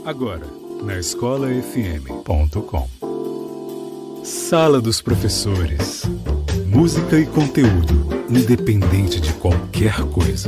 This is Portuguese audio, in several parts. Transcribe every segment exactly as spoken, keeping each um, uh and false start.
Agora, na escola f m ponto com. Sala dos Professores. Música e conteúdo, independente de qualquer coisa.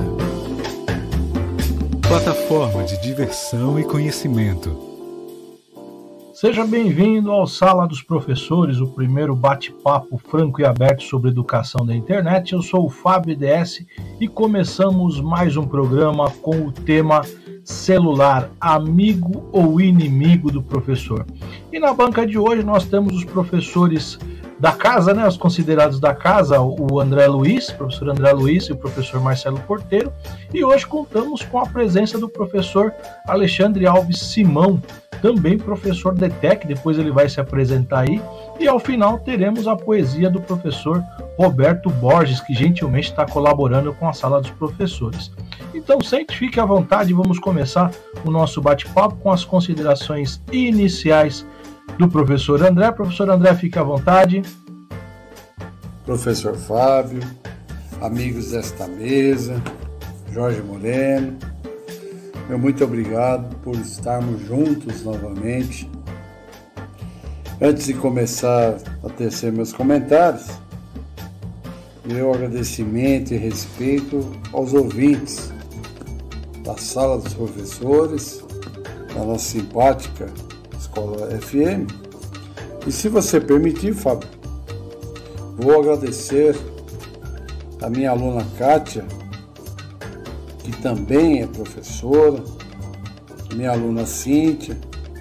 Plataforma de diversão e conhecimento. Seja bem-vindo ao Sala dos Professores, o primeiro bate-papo franco e aberto sobre educação da internet. Eu sou o Fábio D S e começamos mais um programa com o tema celular, amigo ou inimigo do professor. E na banca de hoje nós temos os professores da casa, né, os considerados da casa, o André Luiz, o professor André Luiz e o professor Marcelo Porteiro. E hoje contamos com a presença do professor Alexandre Alves Simão, também professor da E T E C, depois ele vai se apresentar aí. E ao final teremos a poesia do professor Roberto Borges, que gentilmente está colaborando com a Sala dos Professores. Então sente, fique à vontade, vamos começar o nosso bate-papo com as considerações iniciais do professor André. Professor André, fique à vontade. Professor Fábio, amigos desta mesa, Jorge Moreno, meu muito obrigado por estarmos juntos novamente. Antes de começar a tecer meus comentários, meu agradecimento e respeito aos ouvintes da Sala dos Professores, da nossa simpática Escola F M. E se você permitir, Fábio, vou agradecer a minha aluna Kátia, que também é professora, minha aluna Cíntia,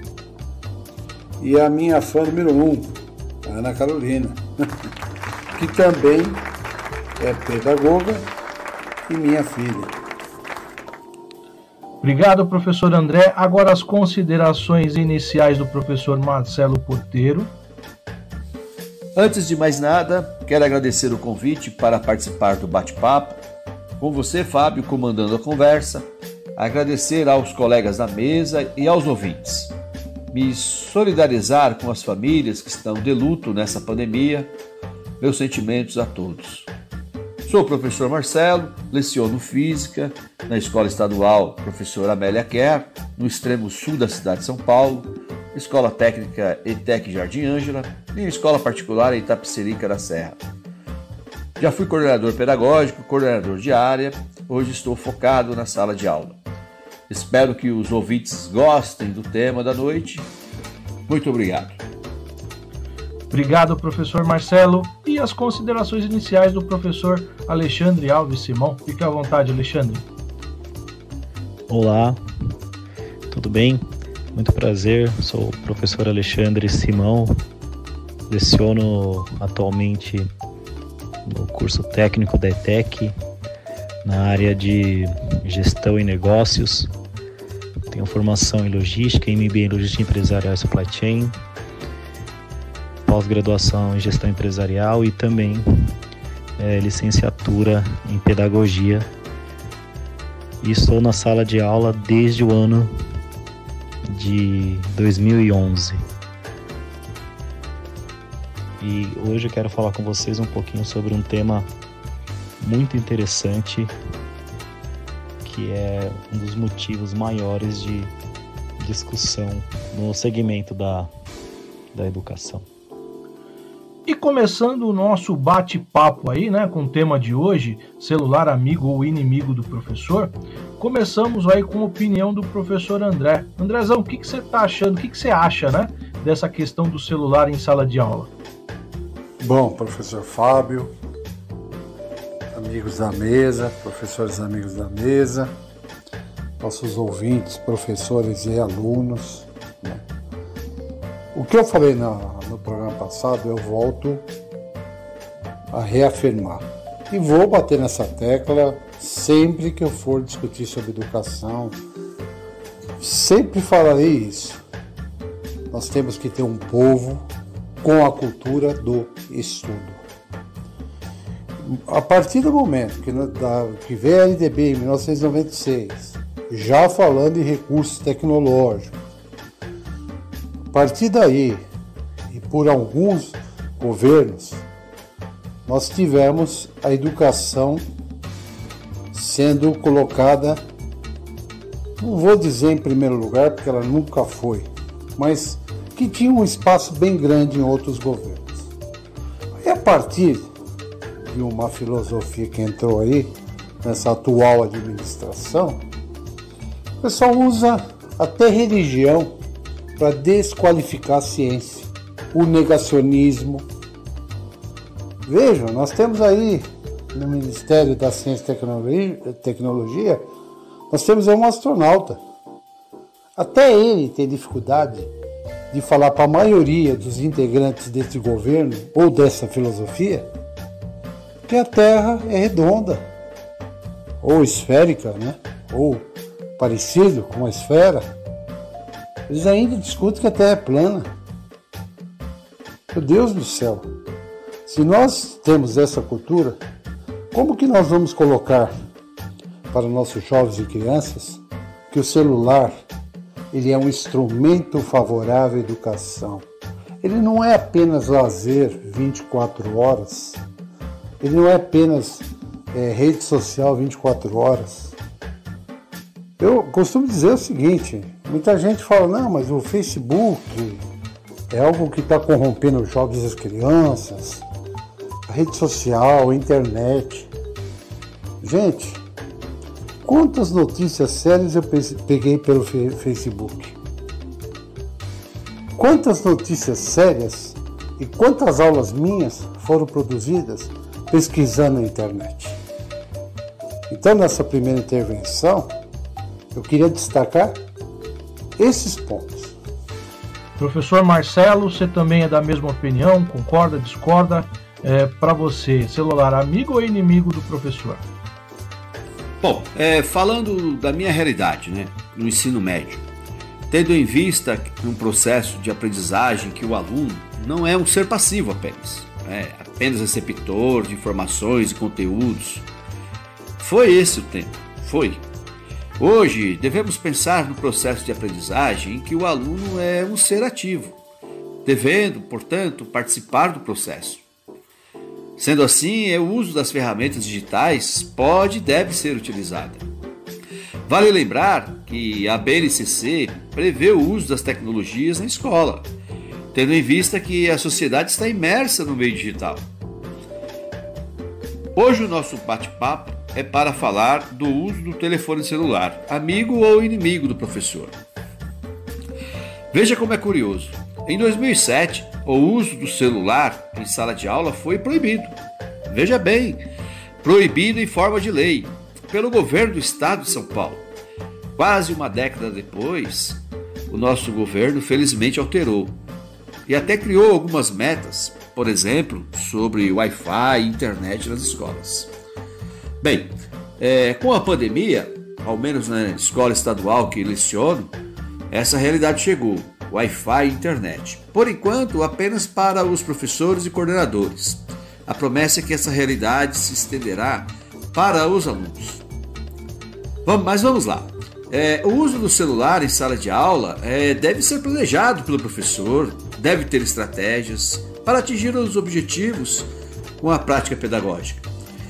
e a minha fã número um, a Ana Carolina, que também é pedagoga e minha filha. Obrigado, professor André. Agora as considerações iniciais do professor Marcelo Porteiro. Antes de mais nada, quero agradecer o convite para participar do bate-papo, com você, Fábio, comandando a conversa, agradecer aos colegas da mesa e aos ouvintes. Me solidarizar com as famílias que estão de luto nessa pandemia. Meus sentimentos a todos. Sou o professor Marcelo, leciono Física na Escola Estadual Professor Amélia Kerr, no extremo sul da cidade de São Paulo, Escola Técnica E T E C Jardim Ângela e Escola Particular em Itapecerica da Serra. Já fui coordenador pedagógico, coordenador de área, hoje estou focado na sala de aula. Espero que os ouvintes gostem do tema da noite. Muito obrigado. Obrigado, professor Marcelo. E as considerações iniciais do professor Alexandre Alves Simão. Fique à vontade, Alexandre. Olá, tudo bem? Muito prazer, sou o professor Alexandre Simão, leciono atualmente no curso técnico da E T E C, na área de gestão e negócios. Tenho formação em logística, M B A em logística empresarial e supply chain, pós-graduação em gestão empresarial e também é, licenciatura em pedagogia. E estou na sala de aula desde o ano de dois mil e onze. E hoje eu quero falar com vocês um pouquinho sobre um tema muito interessante, que é um dos motivos maiores de discussão no segmento da, da educação. E começando o nosso bate-papo aí, né, com o tema de hoje, celular amigo ou inimigo do professor, começamos aí com a opinião do professor André. Andrezão, o que, que você está achando, o que, que você acha, né, dessa questão do celular em sala de aula? Bom, professor Fábio, amigos da mesa, professores amigos da mesa, nossos ouvintes, professores e alunos, né? O que eu falei na, no programa passado, eu volto a reafirmar. E vou bater nessa tecla sempre que eu for discutir sobre educação. Sempre falarei isso. Nós temos que ter um povo com a cultura do estudo. A partir do momento que, da, que veio a L D B em mil novecentos e noventa e seis, já falando em recursos tecnológicos, a partir daí, e por alguns governos, nós tivemos a educação sendo colocada não vou dizer em primeiro lugar, porque ela nunca foi, mas que tinha um espaço bem grande em outros governos. E a partir de uma filosofia que entrou aí, nessa atual administração, o pessoal usa até religião para desqualificar a ciência, o negacionismo. Vejam, nós temos aí no Ministério da Ciência e Tecnologia, nós temos aí um astronauta. Até ele tem dificuldade de falar para a maioria dos integrantes desse governo ou dessa filosofia que a Terra é redonda, ou esférica, né? Ou parecido com uma esfera. Eles ainda discutem que a Terra é plana. Meu Deus do céu! Se nós temos essa cultura, como que nós vamos colocar para nossos jovens e crianças que o celular ele é um instrumento favorável à educação? Ele não é apenas lazer vinte e quatro horas, ele não é apenas é, rede social vinte e quatro horas. Eu costumo dizer o seguinte, muita gente fala, não, mas o Facebook é algo que está corrompendo os jovens e as crianças, a rede social, a internet. Gente, quantas notícias sérias eu peguei pelo Facebook? Quantas notícias sérias e quantas aulas minhas foram produzidas pesquisando na internet? Então, nessa primeira intervenção, eu queria destacar esses pontos. Professor Marcelo, você também é da mesma opinião? Concorda, discorda? É, para você, celular amigo ou inimigo do professor? Bom, é, falando da minha realidade, né, no ensino médio, tendo em vista um processo de aprendizagem que o aluno não é um ser passivo apenas, é apenas receptor de informações e conteúdos. Foi esse o tempo, foi. Hoje, devemos pensar no processo de aprendizagem em que o aluno é um ser ativo, devendo, portanto, participar do processo. Sendo assim, o uso das ferramentas digitais pode e deve ser utilizado. Vale lembrar que a B N C C prevê o uso das tecnologias na escola, tendo em vista que a sociedade está imersa no meio digital. Hoje o nosso bate-papo é para falar do uso do telefone celular, amigo ou inimigo do professor. Veja como é curioso. Em dois mil e sete, o uso do celular em sala de aula foi proibido. Veja bem, proibido em forma de lei, pelo governo do estado de São Paulo. Quase uma década depois, o nosso governo felizmente alterou e até criou algumas metas, por exemplo, sobre Wi-Fi e internet nas escolas. Bem, é, com a pandemia, ao menos na escola estadual que leciono, essa realidade chegou, Wi-Fi e internet. Por enquanto, apenas para os professores e coordenadores. A promessa é que essa realidade se estenderá para os alunos. Vamos, mas vamos lá. É, o uso do celular em sala de aula é, deve ser planejado pelo professor, deve ter estratégias para atingir os objetivos com a prática pedagógica.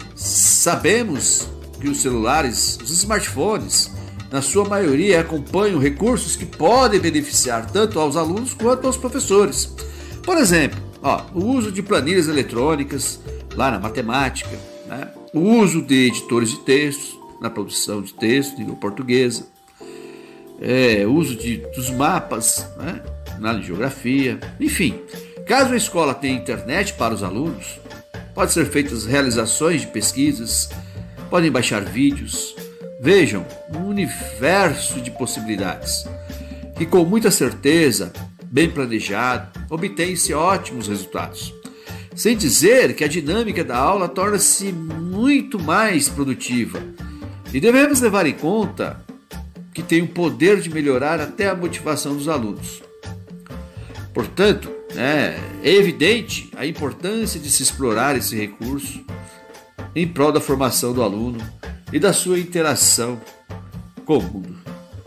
Sabemos que os celulares, os smartphones, na sua maioria acompanham recursos que podem beneficiar tanto aos alunos quanto aos professores. Por exemplo, ó, o uso de planilhas eletrônicas lá na matemática, né? O uso de editores de textos na produção de texto em língua portuguesa, é, o uso de, dos mapas, né? Na geografia, enfim. Caso a escola tenha internet para os alunos, pode ser feitas realizações de pesquisas, podem baixar vídeos. Vejam, um universo de possibilidades que com muita certeza, bem planejado, obtém-se ótimos resultados. Sem dizer que a dinâmica da aula torna-se muito mais produtiva. E devemos levar em conta que tem o poder de melhorar até a motivação dos alunos. Portanto, é, é evidente a importância de se explorar esse recurso em prol da formação do aluno e da sua interação com o mundo.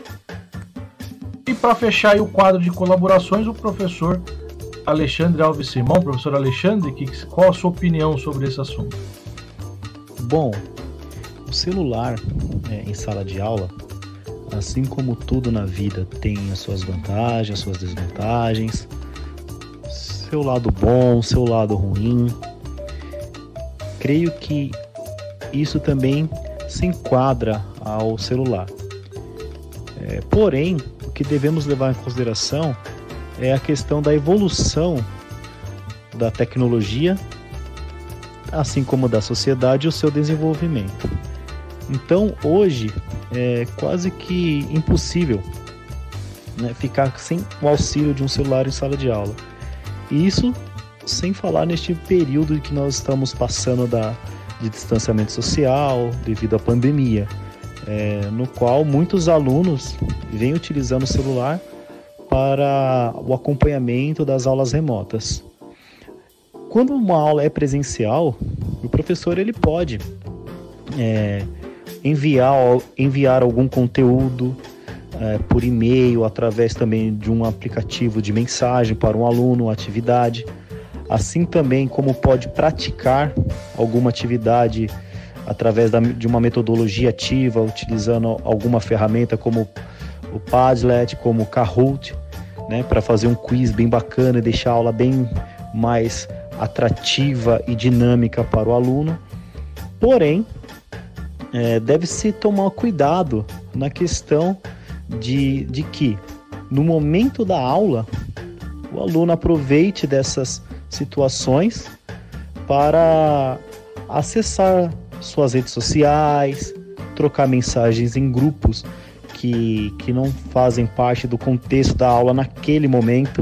E para fechar aí o quadro de colaborações, o professor Alexandre Alves Simão. Professor Alexandre, que, qual a sua opinião sobre esse assunto? Bom, o celular é, em sala de aula, assim como tudo na vida tem as suas vantagens, as suas desvantagens, seu lado bom, seu lado ruim. Creio que isso também se enquadra ao celular. É, porém, o que devemos levar em consideração é a questão da evolução da tecnologia, assim como da sociedade e o seu desenvolvimento. Então, hoje é quase que impossível, né, ficar sem o auxílio de um celular em sala de aula. E isso sem falar neste período em que nós estamos passando da, de distanciamento social devido à pandemia, é, no qual muitos alunos vêm utilizando o celular para o acompanhamento das aulas remotas. Quando uma aula é presencial, o professor ele pode é, enviar, enviar algum conteúdo é, por e-mail, através também de um aplicativo de mensagem para um aluno, uma atividade. Assim também como pode praticar alguma atividade através da, de uma metodologia ativa, utilizando alguma ferramenta como o Padlet, como o Kahoot, né, para fazer um quiz bem bacana e deixar a aula bem mais atrativa e dinâmica para o aluno. Porém, é, deve-se tomar cuidado na questão de, de que, no momento da aula, o aluno aproveite dessas situações para acessar suas redes sociais, trocar mensagens em grupos que, que não fazem parte do contexto da aula naquele momento.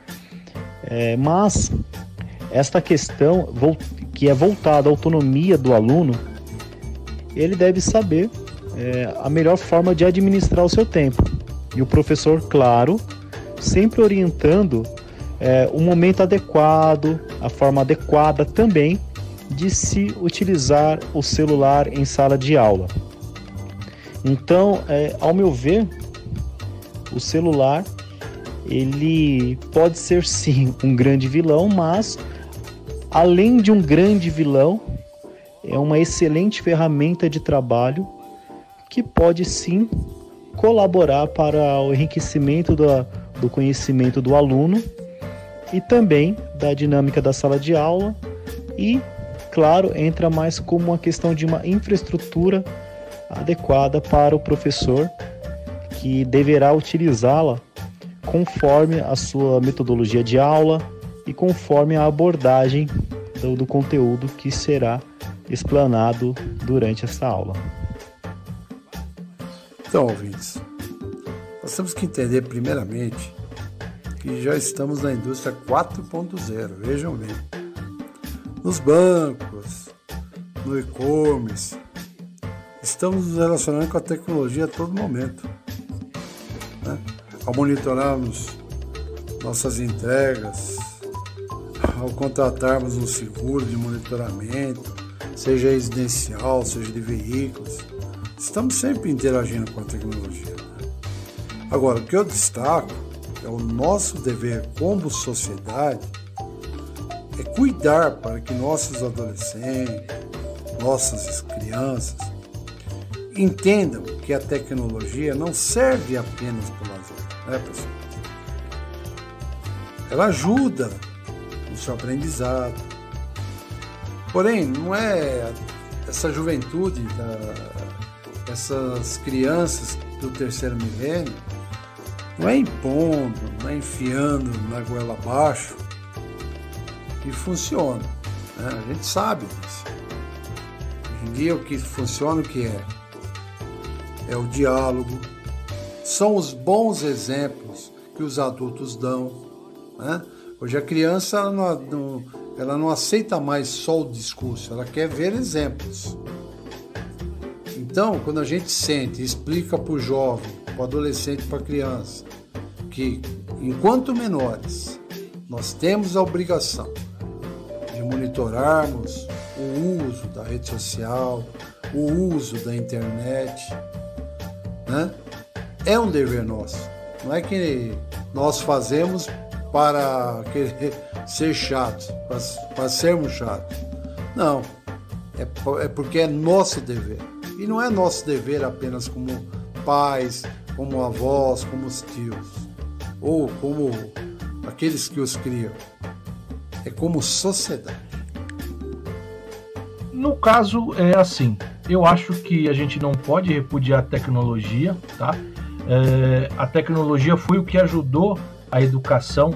É, mas esta questão que é voltada à autonomia do aluno, ele deve saber é, a melhor forma de administrar o seu tempo. E o professor, claro, sempre orientando é, o momento adequado, a forma adequada também de se utilizar o celular em sala de aula. Então, é, ao meu ver, o celular ele pode ser sim um grande vilão, mas além de um grande vilão, é uma excelente ferramenta de trabalho que pode sim colaborar para o enriquecimento do, do conhecimento do aluno e também da dinâmica da sala de aula e, claro, entra mais como uma questão de uma infraestrutura adequada para o professor, que deverá utilizá-la conforme a sua metodologia de aula e conforme a abordagem do, do conteúdo que será explanado durante essa aula. Então, ouvintes, nós temos que entender primeiramente que já estamos na indústria quatro ponto zero, vejam bem. Nos bancos, no e-commerce, estamos nos relacionando com a tecnologia a todo momento, né? Ao monitorarmos nossas entregas, ao contratarmos um seguro de monitoramento, seja residencial, seja de veículos, estamos sempre interagindo com a tecnologia. Agora, o que eu destaco é o nosso dever como sociedade é cuidar para que nossos adolescentes, nossas crianças, entendam que a tecnologia não serve apenas para o lazer, né, pessoal? Ela ajuda no seu aprendizado. Porém, não é essa juventude, da, essas crianças do terceiro milênio, não é impondo, não é enfiando na goela abaixo que funciona, né? A gente sabe disso. Hoje em dia o que funciona, o que é? É o diálogo, são os bons exemplos que os adultos dão, né? Hoje a criança ela não, não, ela não aceita mais só o discurso, ela quer ver exemplos. Então, quando a gente sente e explica para o jovem, para o adolescente, para a criança, que enquanto menores nós temos a obrigação de monitorarmos o uso da rede social, o uso da internet, né? É um dever nosso. Não é que nós fazemos para querer ser chatos, para, para sermos chatos. Não, é, é porque é nosso dever. E não é nosso dever apenas como pais, como avós, como os tios, ou como aqueles que os criam. É como sociedade. No caso, é assim, eu acho que a gente não pode repudiar a tecnologia, tá? É, a tecnologia foi o que ajudou a educação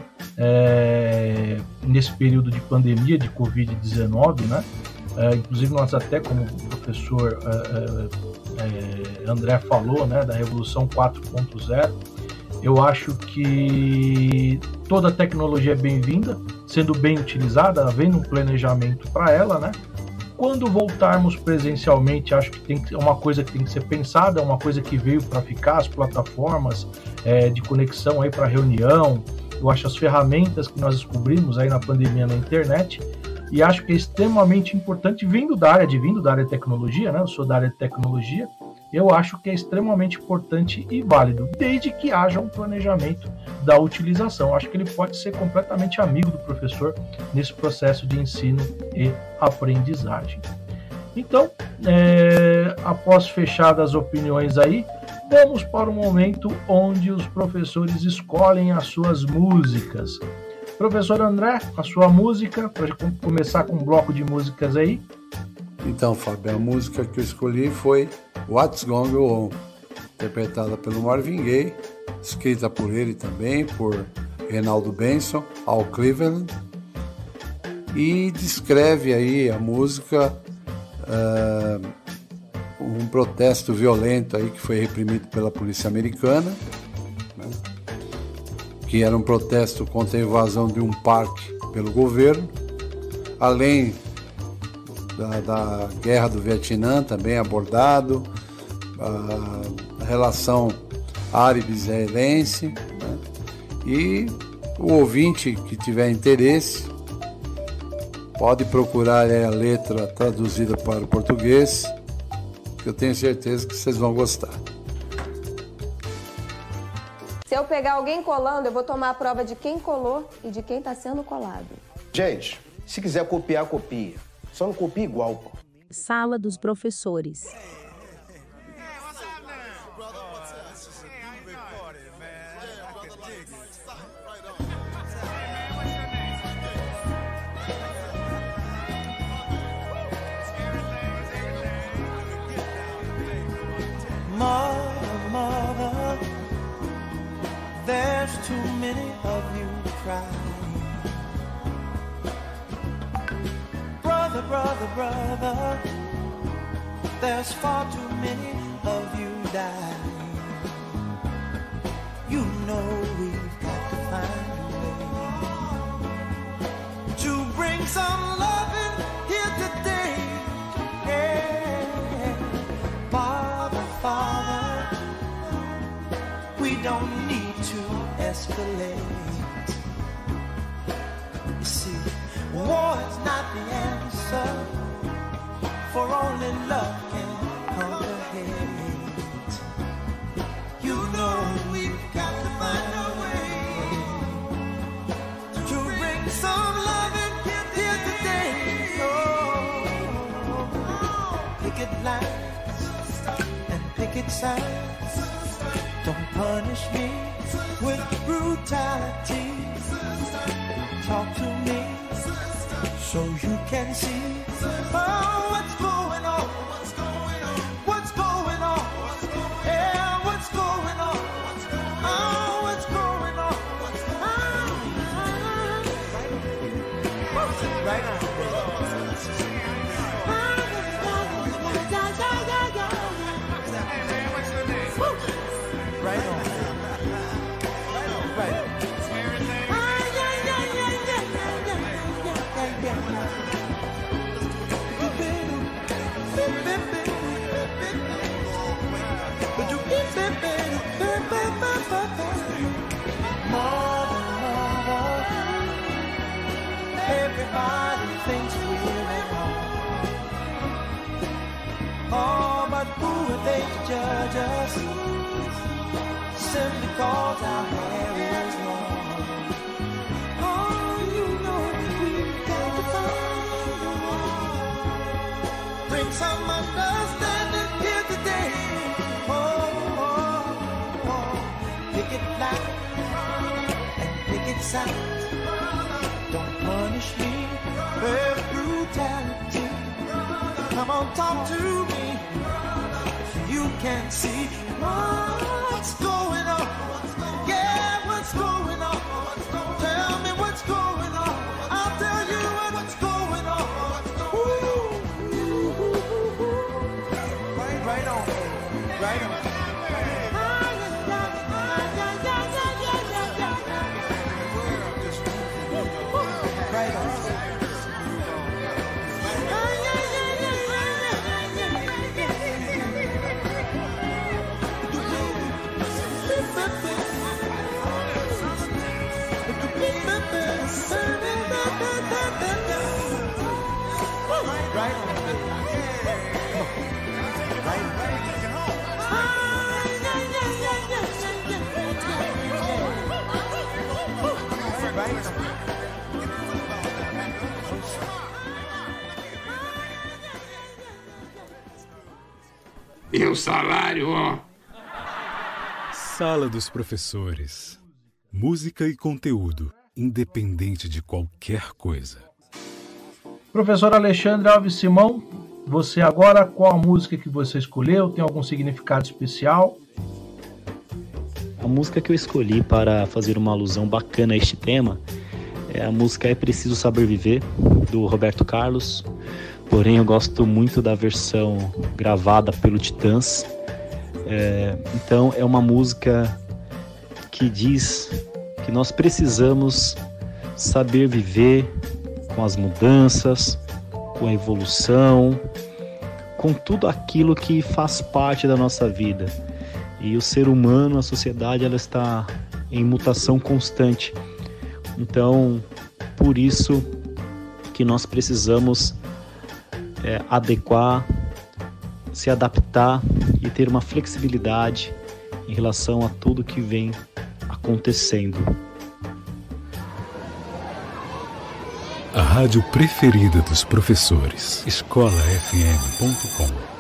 é, nesse período de pandemia de covid dezenove, né? É, inclusive nós até, como o professor é, é, André falou, né, da Revolução quatro ponto zero, eu acho que toda tecnologia é bem-vinda, sendo bem utilizada, havendo um planejamento para ela, né? Quando voltarmos presencialmente, acho que tem que, é uma coisa que tem que ser pensada, é uma coisa que veio para ficar, as plataformas é, de conexão aí para reunião, eu acho as ferramentas que nós descobrimos aí na pandemia na internet, e acho que é extremamente importante, vindo da área de vindo da área de tecnologia, né? Eu sou da área de tecnologia, eu acho que é extremamente importante e válido, desde que haja um planejamento da utilização. Acho que ele pode ser completamente amigo do professor nesse processo de ensino e aprendizagem. Então, é, após fechadas as opiniões aí, vamos para o momento onde os professores escolhem as suas músicas. Professor André, a sua música, para começar com um bloco de músicas aí. Então, Fábio, a música que eu escolhi foi What's Gonna Go On, interpretada pelo Marvin Gaye, escrita por ele também, por Reinaldo Benson, Al Cleveland, e descreve aí a música uh, um protesto violento aí que foi reprimido pela polícia americana, né, que era um protesto contra a invasão de um parque pelo governo, além Da, da guerra do Vietnã também abordado, a, a relação árabe-israelense, né? E o ouvinte que tiver interesse pode procurar a letra traduzida para o português, que eu tenho certeza que vocês vão gostar. Se eu pegar alguém colando, eu vou tomar a prova de quem colou e de quem está sendo colado. Gente, se quiser copiar, copia. Só não copia igual, pô. Sala dos professores. Mother, mother, there's too many of you crying. Brother, brother, brother, there's far too many of you dying. You know we've got to find a way to bring some loving here today. Yeah. Father, Father, we don't need to escalate. You see, war is not the answer, for only love can conquer hate. You know we've got to find a way to bring some love in here today. Oh, picket lines and picket signs, don't punish me with brutality. Talk to me so you can see, oh, what's going on, what's going on, what's going on, yeah, what's going on, oh, what's going on, oh, right now, right on, right on. Everybody thinks we're at home. Oh, but who are they to judge us? Simply cause our hair is long. Oh, you know we've got to find a way. Bring some understanding here today. Oh, oh, oh, picket lines and picket signs. Don't punish me with brutality. Come on, talk to me. You can see what's going on. Yeah, what's going on? Tell me what's going on. I'll tell you what's going on. Ooh. Right, right on, right on. Right on. Right on. E o salário, ó. Sala dos Professores. Música e conteúdo, independente de qualquer coisa. Professor Alexandre Alves Simão, você agora, qual a música que você escolheu? Tem algum significado especial? A música que eu escolhi para fazer uma alusão bacana a este tema é a música É Preciso Saber Viver, do Roberto Carlos. Porém, eu gosto muito da versão gravada pelo Titãs. É, então, é uma música que diz que nós precisamos saber viver com as mudanças, com a evolução, com tudo aquilo que faz parte da nossa vida. E o ser humano, a sociedade, ela está em mutação constante. Então, por isso que nós precisamos é, adequar, se adaptar e ter uma flexibilidade em relação a tudo que vem acontecendo. A rádio preferida dos professores. escola f m ponto com.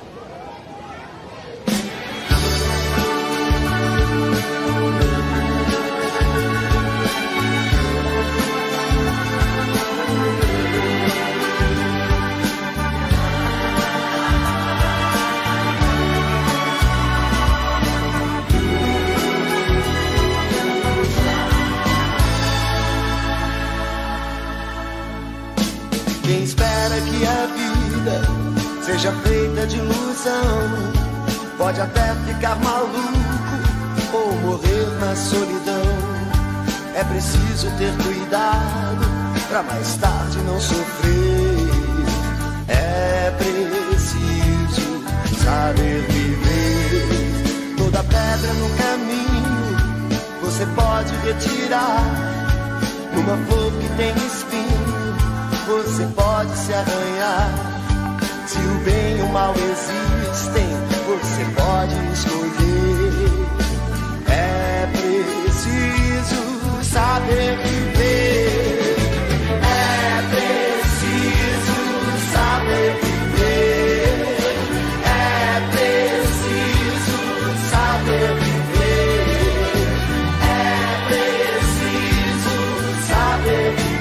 Quem espera que a vida seja feita de ilusão pode até ficar maluco ou morrer na solidão. É preciso ter cuidado pra mais tarde não sofrer. É preciso saber viver. Toda pedra no caminho você pode retirar. Uma flor que tem espinho você pode se arranhar. Se o bem e o mal existem, você pode escolher. É preciso saber viver. É preciso saber viver. É preciso saber viver. É preciso saber viver.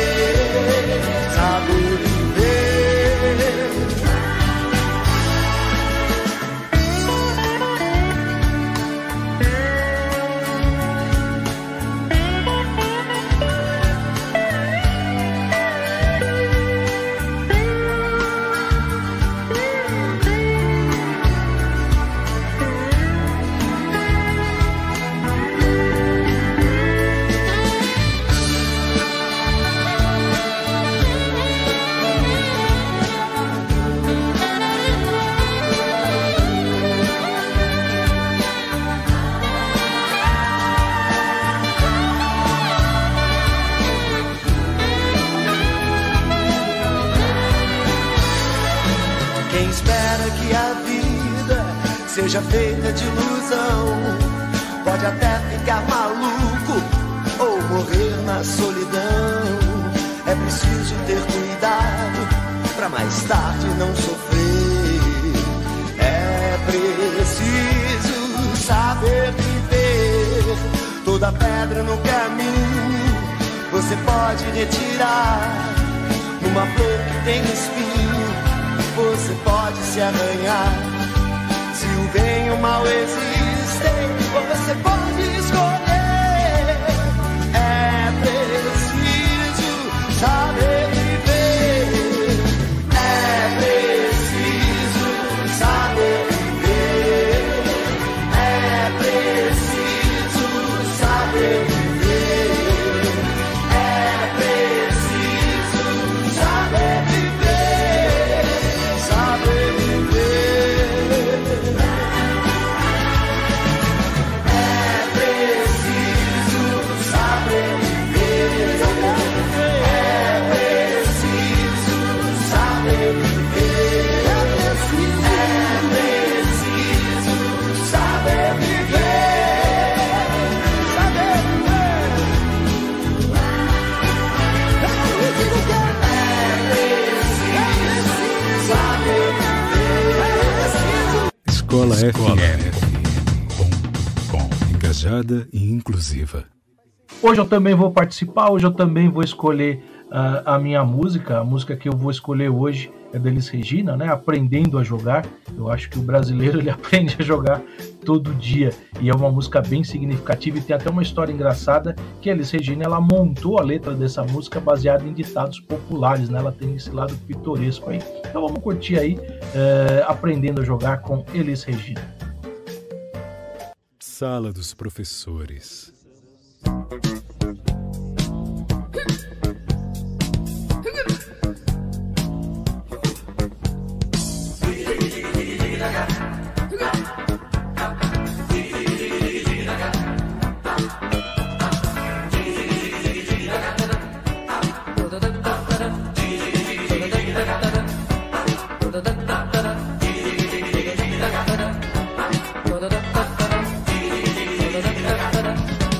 Quem espera que a vida seja feita de ilusão pode até ficar maluco ou morrer na solidão. É preciso ter cuidado pra mais tarde não sofrer. É preciso saber viver. Toda pedra no caminho você pode retirar. Numa flor que tem espinho você pode se arranhar. Se o bem e o mal existem, você pode escolher. É preciso saber viver. É preciso saber viver. É preciso saber viver. É preciso saber viver. Saber viver. É preciso saber viver. É preciso saber viver. É preciso saber viver. Saber viver. É preciso saber viver. Escola F M ponto com. Engajada e inclusiva. Hoje eu também vou participar, hoje eu também vou escolher uh, a minha música. A música que eu vou escolher hoje é da Elis Regina, né? Aprendendo a Jogar. Eu acho que o brasileiro ele aprende a jogar todo dia e é uma música bem significativa e tem até uma história engraçada que a Elis Regina ela montou a letra dessa música baseada em ditados populares, né? Ela tem esse lado pitoresco aí. Então vamos curtir aí uh, Aprendendo a Jogar com Elis Regina. Sala dos Professores. Da da da da da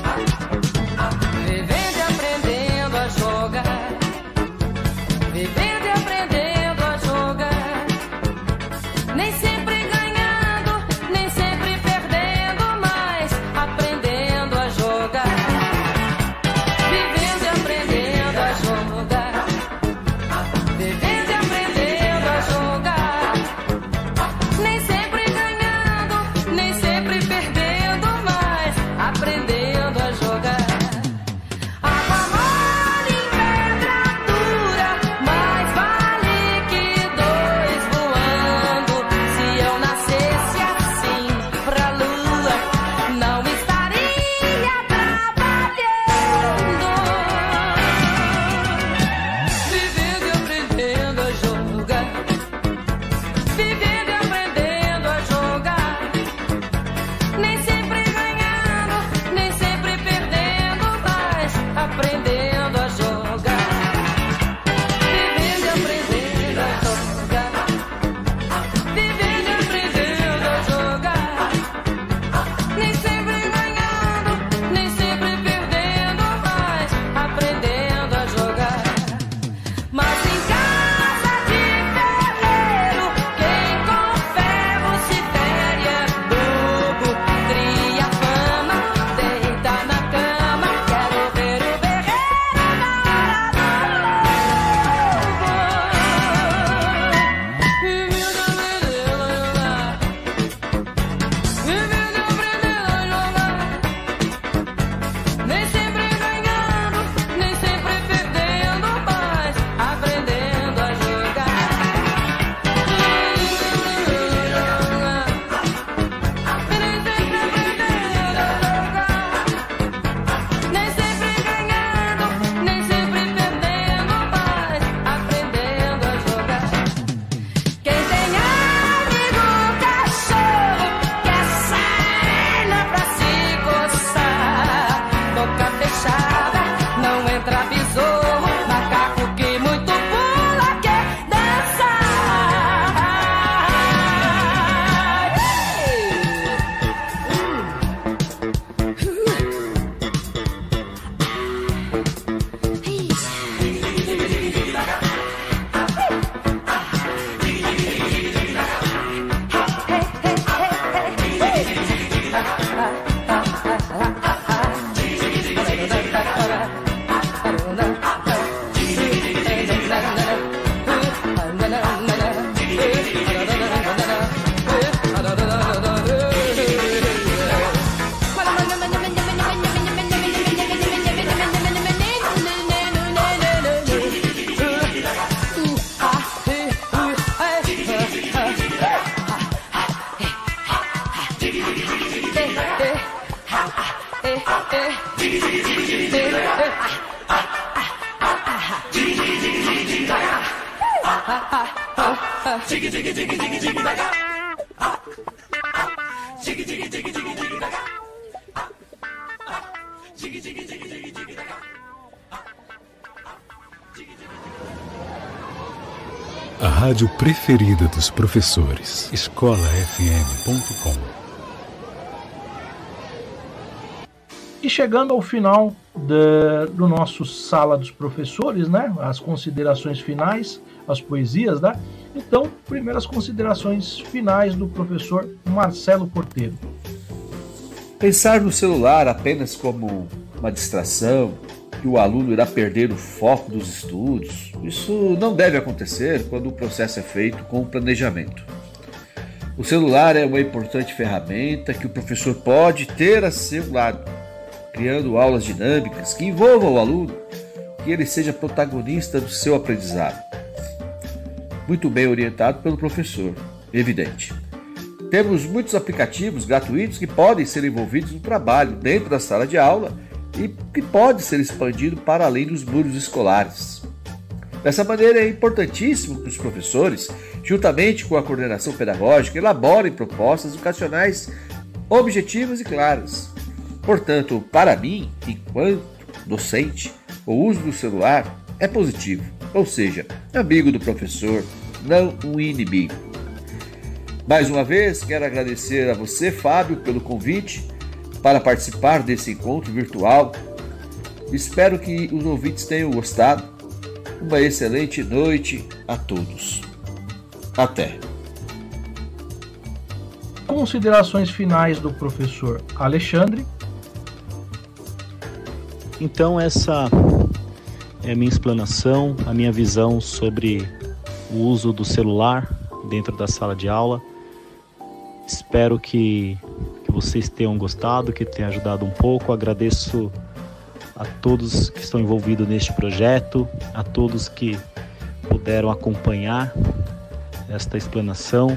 A rádio preferida dos professores, escola f m ponto com. E chegando ao final de, do nosso Sala dos Professores, né? As considerações finais, as poesias, né? Então, primeiras considerações finais do professor Marcelo Porteiro. Pensar no celular apenas como uma distração, que o aluno irá perder o foco dos estudos, isso não deve acontecer quando o processo é feito com planejamento. O celular é uma importante ferramenta que o professor pode ter a seu lado, criando aulas dinâmicas que envolvam o aluno, que ele seja protagonista do seu aprendizado. Muito bem orientado pelo professor, evidente. Temos muitos aplicativos gratuitos que podem ser envolvidos no trabalho dentro da sala de aula e que pode ser expandido para além dos muros escolares. Dessa maneira, é importantíssimo que os professores, juntamente com a coordenação pedagógica, elaborem propostas educacionais objetivas e claras. Portanto, para mim, enquanto docente, o uso do celular é positivo, ou seja, amigo do professor, não um inimigo. Mais uma vez, quero agradecer a você, Fábio, pelo convite para participar desse encontro virtual. Espero que os ouvintes tenham gostado. Uma excelente noite a todos. Até. Considerações finais do professor Alexandre. Então, essa é a minha explanação, a minha visão sobre o uso do celular dentro da sala de aula. Espero que, que vocês tenham gostado, que tenha ajudado um pouco. Agradeço a todos que estão envolvidos neste projeto, a todos que puderam acompanhar esta explanação,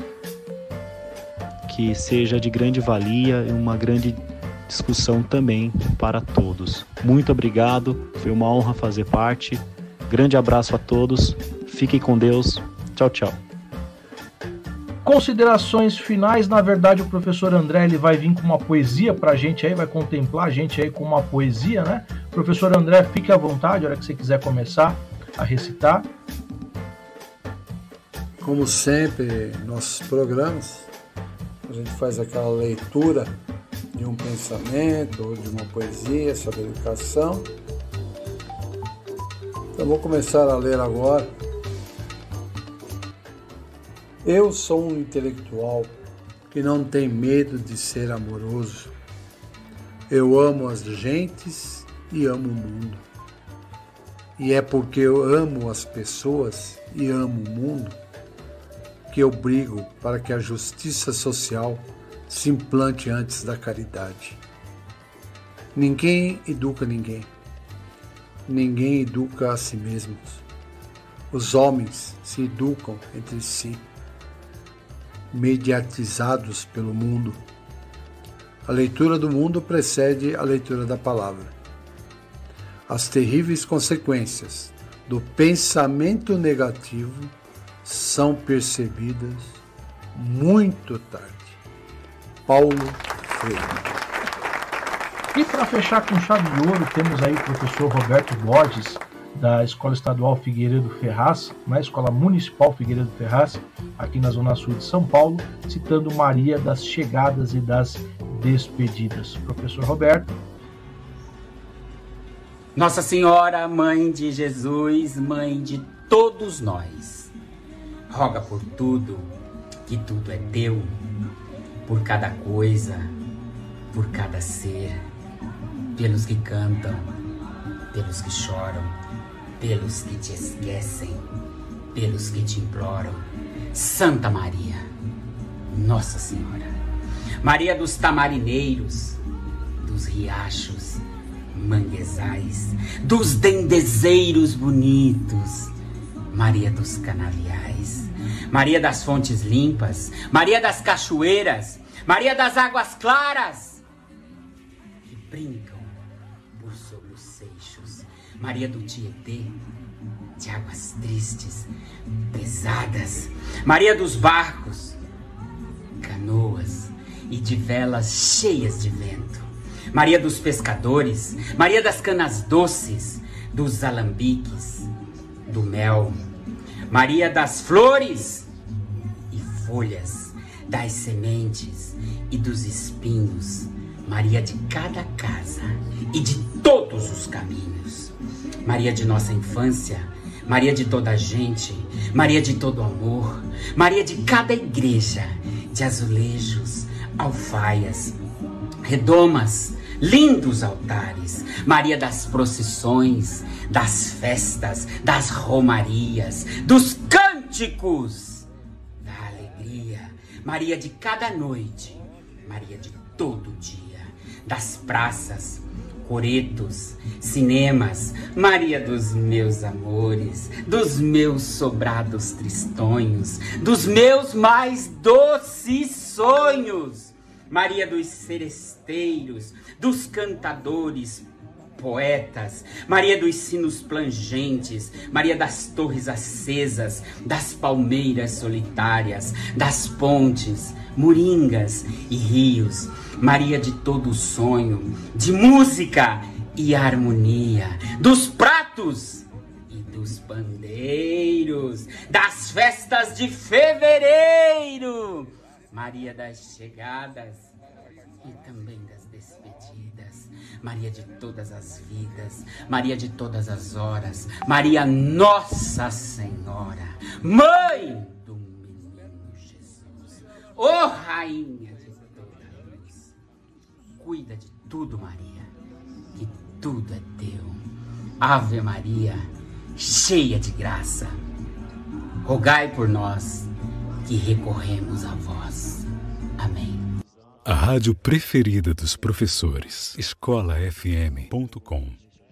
que seja de grande valia e uma grande discussão também para todos. Muito obrigado, foi uma honra fazer parte. Grande abraço a todos, fiquem com Deus, tchau, tchau. Considerações finais, na verdade o professor André ele vai vir com uma poesia para a gente aí, vai contemplar a gente aí com uma poesia, né? Professor André, fique à vontade, a hora que você quiser começar a recitar. Como sempre, nossos programas, a gente faz aquela leitura de um pensamento ou de uma poesia sobre educação. Então vou começar a ler agora. Eu sou um intelectual que não tem medo de ser amoroso. Eu amo as gentes e amo o mundo. E é porque eu amo as pessoas e amo o mundo que eu brigo para que a justiça social se implante antes da caridade. Ninguém educa ninguém. Ninguém educa a si mesmos. Os homens se educam entre si, mediatizados pelo mundo. A leitura do mundo precede a leitura da palavra. As terríveis consequências do pensamento negativo são percebidas muito tarde. Paulo Freire. E para fechar com chave de ouro, temos aí o professor Roberto Borges, da Escola Estadual Figueiredo Ferraz, na Escola Municipal Figueiredo Ferraz, aqui na Zona Sul de São Paulo, citando Maria das chegadas e das despedidas. Professor Roberto. Nossa Senhora, Mãe de Jesus, Mãe de todos nós, roga por tudo, que tudo é teu, por cada coisa, por cada ser, pelos que cantam, pelos que choram, pelos que te esquecem, pelos que te imploram. Santa Maria, Nossa Senhora, Maria dos tamarineiros, dos riachos, manguezais, dos dendezeiros bonitos, Maria dos canaviais, Maria das fontes limpas, Maria das cachoeiras, Maria das águas claras, brincam por sobre os seixos. Maria do Tietê, de águas tristes, pesadas. Maria dos barcos, canoas e de velas cheias de vento. Maria dos pescadores, Maria das canas doces, dos alambiques, do mel. Maria das flores e folhas, das sementes e dos espinhos. Maria de cada casa e de todos os caminhos. Maria de nossa infância, Maria de toda a gente, Maria de todo amor, Maria de cada igreja, de azulejos, alfaias, redomas, lindos altares. Maria das procissões, das festas, das romarias, dos cânticos, da alegria. Maria de cada noite, Maria de todo dia, das praças, coretos, cinemas. Maria dos meus amores, dos meus sobrados tristonhos, dos meus mais doces sonhos. Maria dos seresteiros, dos cantadores, poetas. Maria dos sinos plangentes, Maria das torres acesas, das palmeiras solitárias, das pontes, moringas e rios. Maria de todo sonho, de música e harmonia, dos pratos e dos pandeiros, das festas de fevereiro. Maria das chegadas e também das despedidas. Maria de todas as vidas, Maria de todas as horas, Maria Nossa Senhora, Mãe do menino Jesus, ô Rainha de toda luz. Cuida de tudo, Maria, que tudo é teu. Ave Maria, cheia de graça, rogai por nós que recorremos a vós. Amém. A rádio preferida dos professores, escola f m ponto com.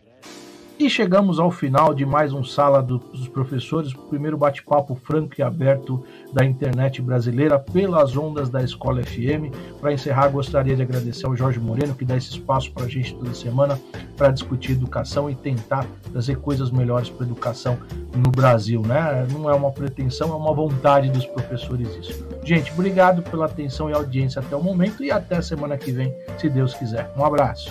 E chegamos ao final de mais um Sala dos Professores, o primeiro bate-papo franco e aberto da internet brasileira pelas ondas da Escola F M. Para encerrar, gostaria de agradecer ao Jorge Moreno, que dá esse espaço para a gente toda semana para discutir educação e tentar trazer coisas melhores para a educação no Brasil, né? Não é uma pretensão, é uma vontade dos professores isso. Gente, obrigado pela atenção e audiência até o momento e até semana que vem, se Deus quiser. Um abraço.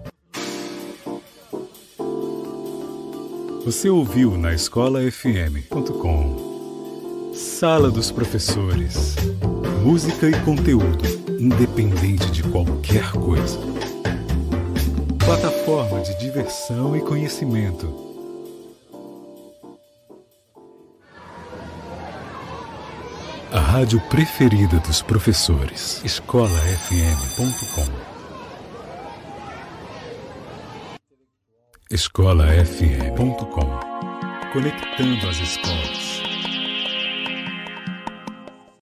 Você ouviu na escola f m ponto com. Sala dos Professores. Música e conteúdo, independente de qualquer coisa. Plataforma de diversão e conhecimento. A rádio preferida dos professores, escola f m ponto com. escola f m ponto com. Conectando as escolas.